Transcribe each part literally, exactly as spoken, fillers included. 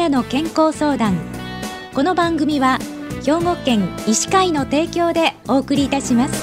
なの健康相談。この番組は兵庫県医師会の提供でお送りいたします。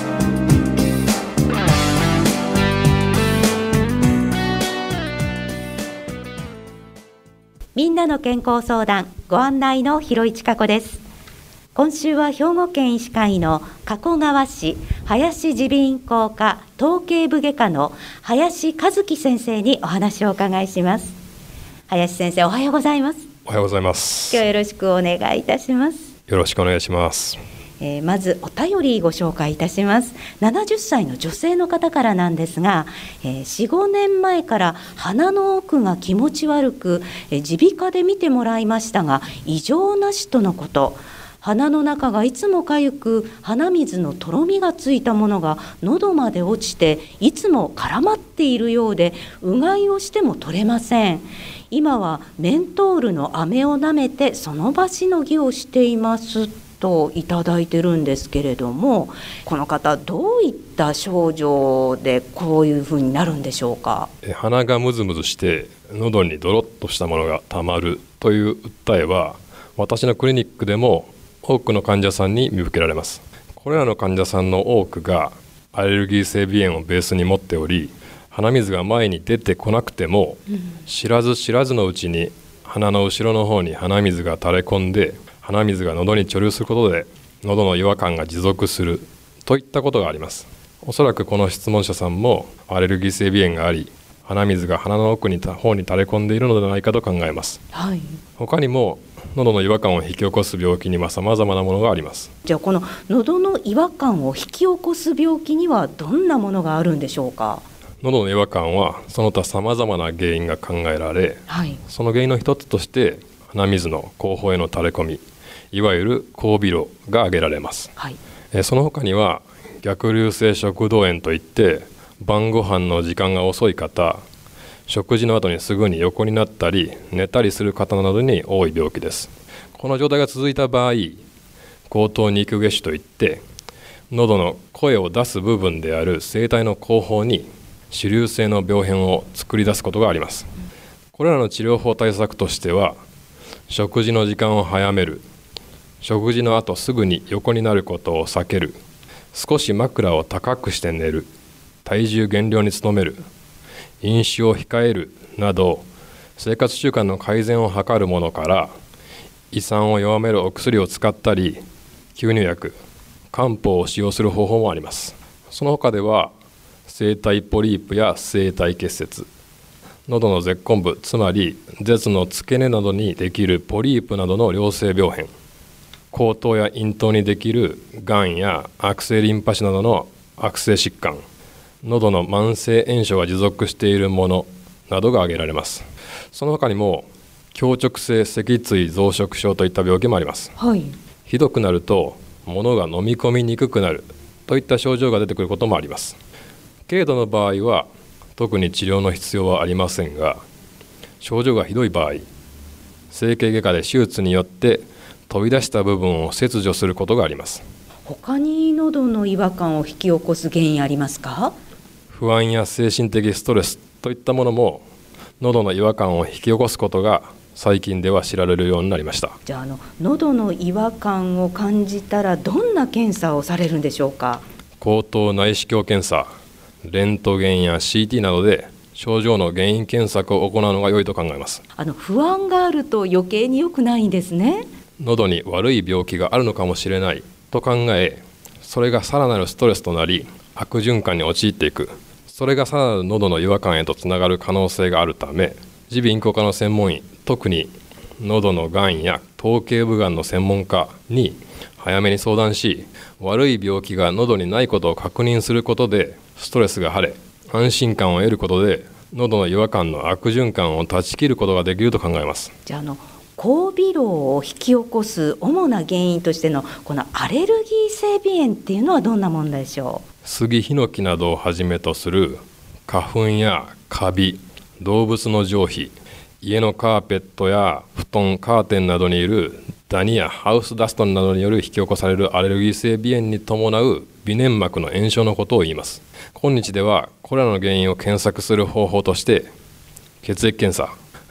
みんなの健康相談、ご案内の広市加子です。今週は兵庫県医師会の加古川市林耳鼻咽喉科頭頸部外科の林和樹先生にお話をお伺いします。林先生、おはようございます。 おはようございます。 今日はよろしくお願いいたします。 よろしくお願いします。 えー、まずお便りご紹介いたします。ななじゅっさいの女性の方からなんですが、えー、よん、ごねんまえから鼻の奥が気持ち悪く、えー、耳鼻科で見てもらいましたが異常なしとのこと。鼻の中がいつもかゆく、鼻水のとろみがついたものが喉まで落ちていつも絡まっているようで、うがいをしても取れません。今はメントールの飴を舐めてその場しのぎをしていますといただいてるんですけれども、この方どういった症状でこういうふうになるんでしょうか。 鼻がムズムズして喉にドロッとしたものがたまるという訴えは、私のクリニックでも多くの患者さんに見受けられます。これらの患者さんの多くがアレルギー性鼻炎をベースに持っており、鼻水が前に出てこなくても、うん、知らず知らずのうちに鼻の後ろの方に鼻水が垂れ込んで、鼻水が喉に貯留することで喉の違和感が持続するといったことがあります。おそらくこの質問者さんもアレルギー性鼻炎があり、鼻水が鼻の奥に方に垂れ込んでいるのではないかと考えます、はい、他にも喉の違和感を引き起こす病気には様々なものがあります。 じゃあこの喉の違和感を引き起こす病気にはどんなものがあるんでしょうか。 喉の違和感はその他様々な原因が考えられ、はい、その原因の一つとして鼻水の後方への垂れ込み、いわゆる後鼻漏が挙げられます、はい、えその他には逆流性食道炎といって、晩ご飯の時間が遅い方、食事の後にすぐに横になったり寝たりする方などに多い病気です。この状態が続いた場合、後頭肉下腫といって、喉の声を出す部分である声帯の後方に支流性の病変を作り出すことがあります。これらの治療法対策としては、食事の時間を早める、食事の後すぐに横になることを避ける、少し枕を高くして寝る、体重減量に努める、飲酒を控えるなど生活習慣の改善を図るものから、胃酸を弱めるお薬を使ったり、吸入薬、漢方を使用する方法もあります。その他では声帯ポリープや声帯結節、喉の舌根部、つまり舌の付け根などにできるポリープなどの良性病変、喉頭や咽頭にできるがんや悪性リンパ腫などの悪性疾患、喉の慢性炎症が持続しているものなどが挙げられます。その他にも強直性脊椎増殖症といった病気もあります、はい、ひどくなると物が飲み込みにくくなるといった症状が出てくることもあります。軽度の場合は特に治療の必要はありませんが、症状がひどい場合、整形外科で手術によって飛び出した部分を切除することがあります。 他に喉の違和感を引き起こす原因ありますか。 不安や精神的ストレスといったものも喉の違和感を引き起こすことが最近では知られるようになりました。 じゃあ、あの喉の違和感を感じたらどんな検査をされるんでしょうか。 口頭内視鏡検査、レントゲンや シーティー などで症状の原因検索を行うのが良いと考えます。 あの不安があると余計に良くないんですね。 喉に悪い病気があるのかもしれないと考え、それがさらなるストレスとなり悪循環に陥っていく、それがさらなる喉の違和感へとつながる可能性があるため、耳鼻咽喉科の専門医、特に喉のがんや頭頸部がんの専門家に早めに相談し、悪い病気が喉にないことを確認することでストレスが晴れ、安心感を得ることで喉の違和感の悪循環を断ち切ることができると考えます。 じゃあ、あの後鼻漏を引き起こす主な原因としてのこのアレルギー性鼻炎っていうのはどんなものでしょう。 杉ヒノキなどをはじめとする花粉やカビ、動物の上皮、家のカーペットや布団、カーテンなどにいるダニやハウスダストなどによる引き起こされるアレルギー性鼻炎に伴う鼻粘膜の炎症のことを言います。今日ではこれらの原因を検索する方法として血液検査、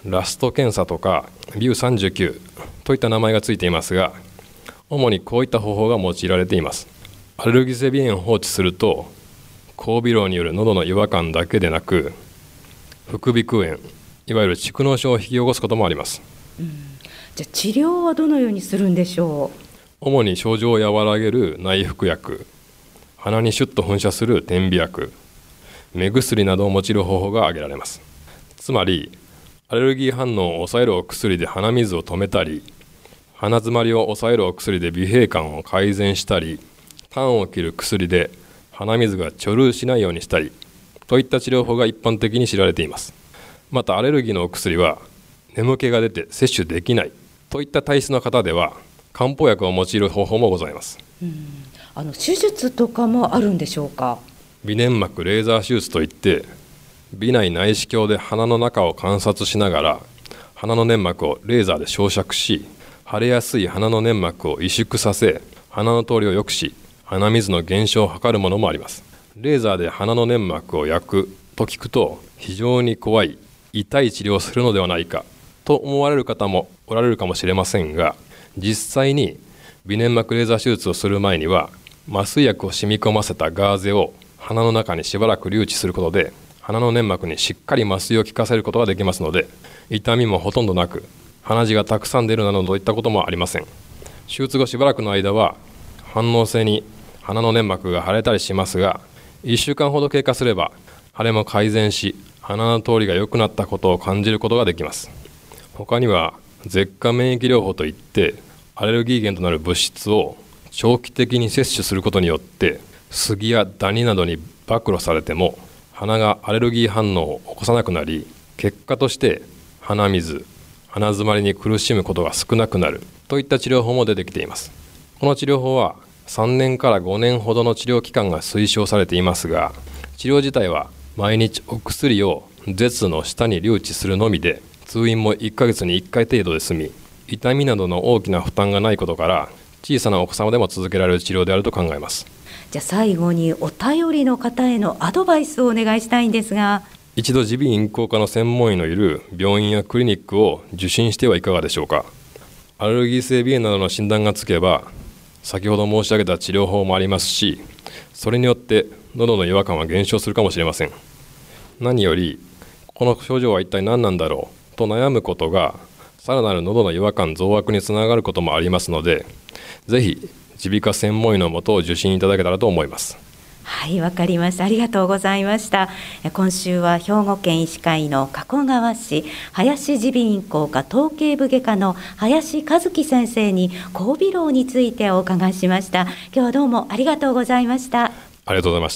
ラスト検査とかビューさんじゅうきゅうといった名前がついていますが、主にこういった方法が用いられています。アレルギー性鼻炎を放置すると、後鼻漏による喉の違和感だけでなく、副鼻腔炎、いわゆる蓄膿症を引き起こすこともあります。 うん、じゃあ治療はどのようにするんでしょう。 主に症状を和らげる内服薬、鼻にシュッと噴射する点鼻薬、目薬などを用いる方法が挙げられます。つまりアレルギー反応を抑えるお薬で鼻水を止めたり、鼻づまりを抑えるお薬で鼻閉管を改善したり、痰を切る薬で鼻水が貯留しないようにしたりといった治療法が一般的に知られています。またアレルギーのお薬は眠気が出て摂取できないといった体質の方では漢方薬を用いる方法もございます。 うん、あの手術とかもあるんでしょうか。 鼻粘膜レーザー手術といって、鼻内内視鏡で鼻の中を観察しながら鼻の粘膜をレーザーで照射し、腫れやすい鼻の粘膜を萎縮させ、鼻の通りを良くし、鼻水の減少を図るものもあります。レーザーで鼻の粘膜を焼くと聞くと、非常に怖い、痛い治療をするのではないかと思われる方もおられるかもしれませんが、実際に鼻粘膜レーザー手術をする前には、麻酔薬を染み込ませたガーゼを鼻の中にしばらく留置することで、鼻の粘膜にしっかり麻酔を効かせることができますので、痛みもほとんどなく、鼻血がたくさん出るなどといったこともありません。手術後しばらくの間は反応性に鼻の粘膜が腫れたりしますが、いっしゅうかんほど経過すれば腫れも改善し、鼻の通りが良くなったことを感じることができます。他には舌下免疫療法といって、アレルギー源となる物質を長期的に摂取することによって、杉やダニなどに暴露されても鼻がアレルギー反応を起こさなくなり、結果として鼻水、鼻づまりに苦しむことが少なくなるといった治療法も出てきています。この治療法はさんねんからごねんほどの治療期間が推奨されていますが、治療自体は毎日お薬を舌の下に留置するのみで、通院もいっかげつにいっかい程度で済み、痛みなどの大きな負担がないことから、小さなお子様でも続けられる治療であると考えます。 じゃあ最後にお便りの方へのアドバイスをお願いしたいんですが。 一度耳鼻咽喉科の専門医のいる病院やクリニックを受診してはいかがでしょうか。アレルギー性鼻炎などの診断がつけば、先ほど申し上げた治療法もありますし、それによって喉の違和感は減少するかもしれません。何よりこの症状は一体何なんだろうと悩むことが、さらなる喉の違和感増悪につながることもありますので、ぜひ耳鼻科専門医のもとを受診いただけたらと思います。 はい、わかりました。ありがとうございました。今週は兵庫県医師会の加古川市林耳鼻咽喉科頭頸部外科の林和樹先生に後鼻漏についてお伺いしました。今日はどうもありがとうございました。 ありがとうございました。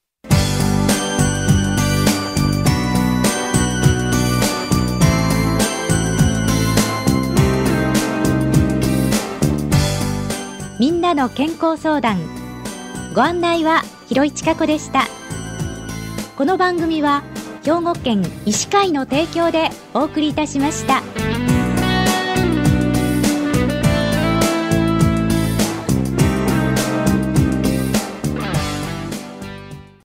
みんなの健康相談、ご案内は広井千佳子でした。この番組は兵庫県医師会の提供でお送りいたしました。